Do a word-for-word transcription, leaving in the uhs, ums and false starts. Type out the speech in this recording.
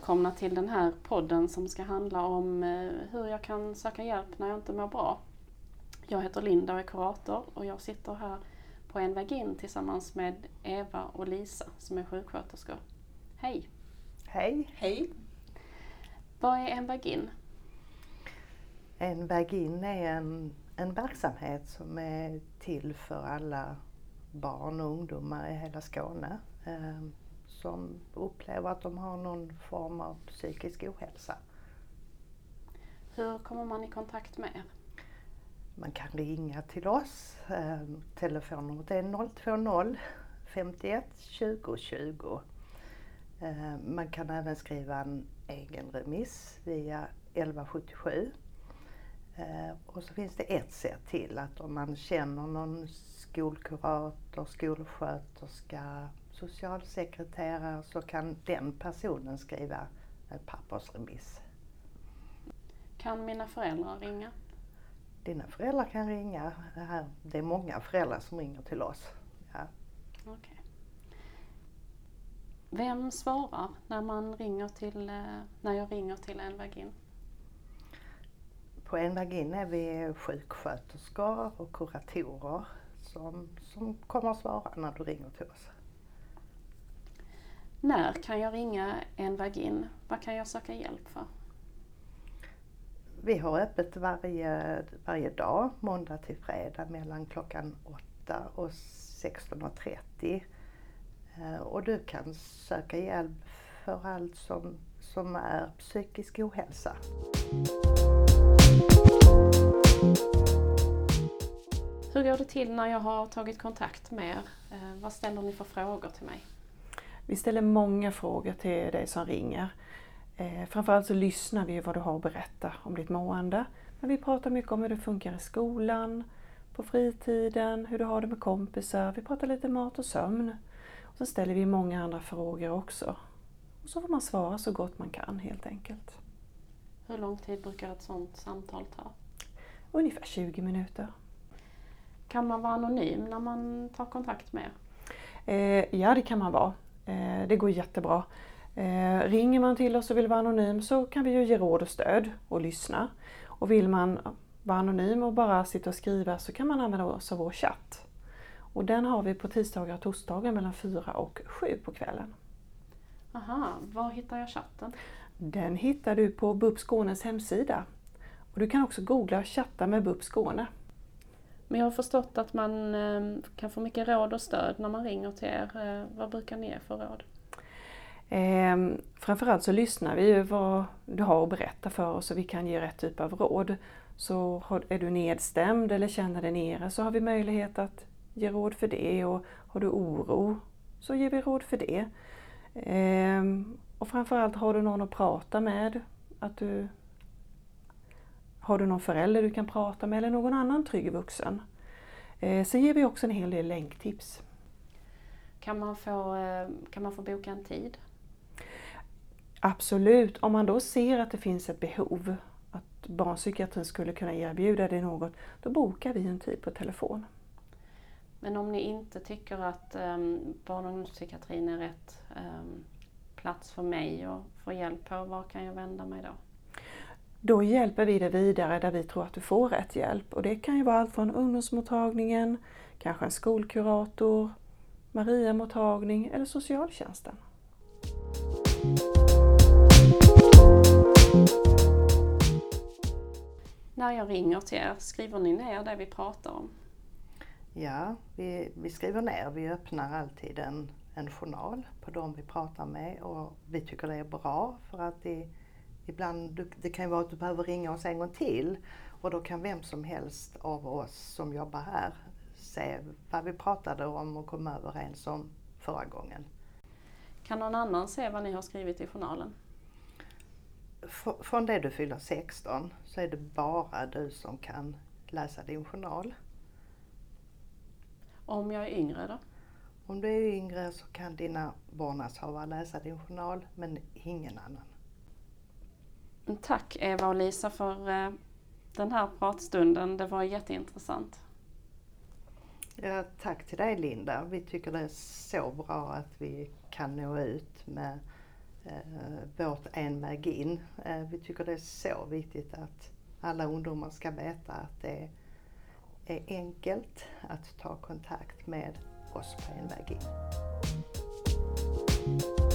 välkomna till den här podden som ska handla om hur jag kan söka hjälp när jag inte mår bra. Jag heter Linda och är kurator och jag sitter här på En väg in tillsammans med Eva och Lisa som är sjuksköterskor. Hej! Hej! Hej! Vad är En väg in? En väg in är en, en verksamhet som är till för alla barn och ungdomar i hela Skåne eh, som upplever att de har någon form av psykisk ohälsa. Hur kommer man i kontakt med er? Man kan ringa till oss. Eh, telefonnumret är noll två noll femtioett tjugo tjugo. Eh, man kan även skriva en egen remiss via elva sjuttiosju. Eh, och så finns det ett sätt till, att om man känner någon skolkurator, skolsköterska, socialsekreterare, så kan den personen skriva en pappersremiss. Kan mina föräldrar ringa? Dina föräldrar kan ringa. Det är många föräldrar som ringer till oss. Ja. Okay. Vem svarar när man ringer till, när jag ringer till En väg in? På En väg in är vi sjuksköterskor och kuratorer som, som kommer att svara när du ringer till oss. När kan jag ringa En väg in? Vad kan jag söka hjälp för? Vi har öppet varje, varje dag, måndag till fredag mellan klockan åtta och sexton och trettio. Och du kan söka hjälp för allt som, som är psykisk ohälsa. Hur går det till när jag har tagit kontakt med er? Eh, vad ställer ni för frågor till mig? Vi ställer många frågor till dig som ringer. Eh, framförallt så lyssnar vi vad du har att berätta om ditt mående. Men vi pratar mycket om hur det funkar i skolan, på fritiden, hur du har det med kompisar. Vi pratar lite mat och sömn. Och så ställer vi många andra frågor också. Och så får man svara så gott man kan helt enkelt. Hur lång tid brukar ett sådant samtal ta? Ungefär tjugo minuter. Kan man vara anonym när man tar kontakt med er? Eh, ja, det kan man vara. Eh, det går jättebra. Eh, ringer man till oss och vill vara anonym så kan vi ju ge råd och stöd och lyssna. Och vill man vara anonym och bara sitta och skriva så kan man använda oss av vår chatt. Och den har vi på tisdagar och torsdagar mellan fyra och sju på kvällen. Aha, var hittar jag chatten? Den hittar du på B U P Skånes hemsida. Och du kan också googla och chatta med B U P Skåne. Men jag har förstått att man kan få mycket råd och stöd när man ringer till er. Vad brukar ni ge för råd? Eh, framförallt så lyssnar vi ju vad du har att berätta för oss och vi kan ge rätt typ av råd. Så är du nedstämd eller känner dig nere så har vi möjlighet att ge råd för det, och har du oro så ger vi råd för det. Eh, och framförallt har du någon att prata med, att du har du någon förälder du kan prata med eller någon annan trygg vuxen. Eh, så ger vi också en hel del länktips. Kan man få, kan man få boka en tid? Absolut, om man då ser att det finns ett behov, att barnpsykiatrin skulle kunna erbjuda dig något, då bokar vi en tid på telefon. Men om ni inte tycker att um, barn- och ungdomspsykiatrin är rätt um, plats för mig att få hjälp på, var kan jag vända mig då? Då hjälper vi dig vidare där vi tror att du får rätt hjälp. Och det kan ju vara allt från ungdomsmottagningen, kanske en skolkurator, Maria-mottagning eller socialtjänsten. När jag ringer till er, skriver ni ner det vi pratar om? Ja, vi, vi skriver ner. Vi öppnar alltid en, en journal på dem vi pratar med, och vi tycker det är bra för att det, ibland, det kan ju vara att du behöver ringa oss en gång till, och då kan vem som helst av oss som jobbar här se vad vi pratade om och komma överens om förra gången. Kan någon annan se vad ni har skrivit i journalen? F- från det du fyller sexton så är det bara du som kan läsa din journal. Om jag är yngre då? Om du är yngre så kan dina vårdnadshavare läsa din journal, men ingen annan. Tack Eva och Lisa för den här pratstunden. Det var jätteintressant. Ja, tack till dig Linda. Vi tycker det är så bra att vi kan nå ut med eh, vårt En väg in. Eh, vi tycker det är så viktigt att alla ungdomar ska veta att det är enkelt att ta kontakt med oss på En väg in.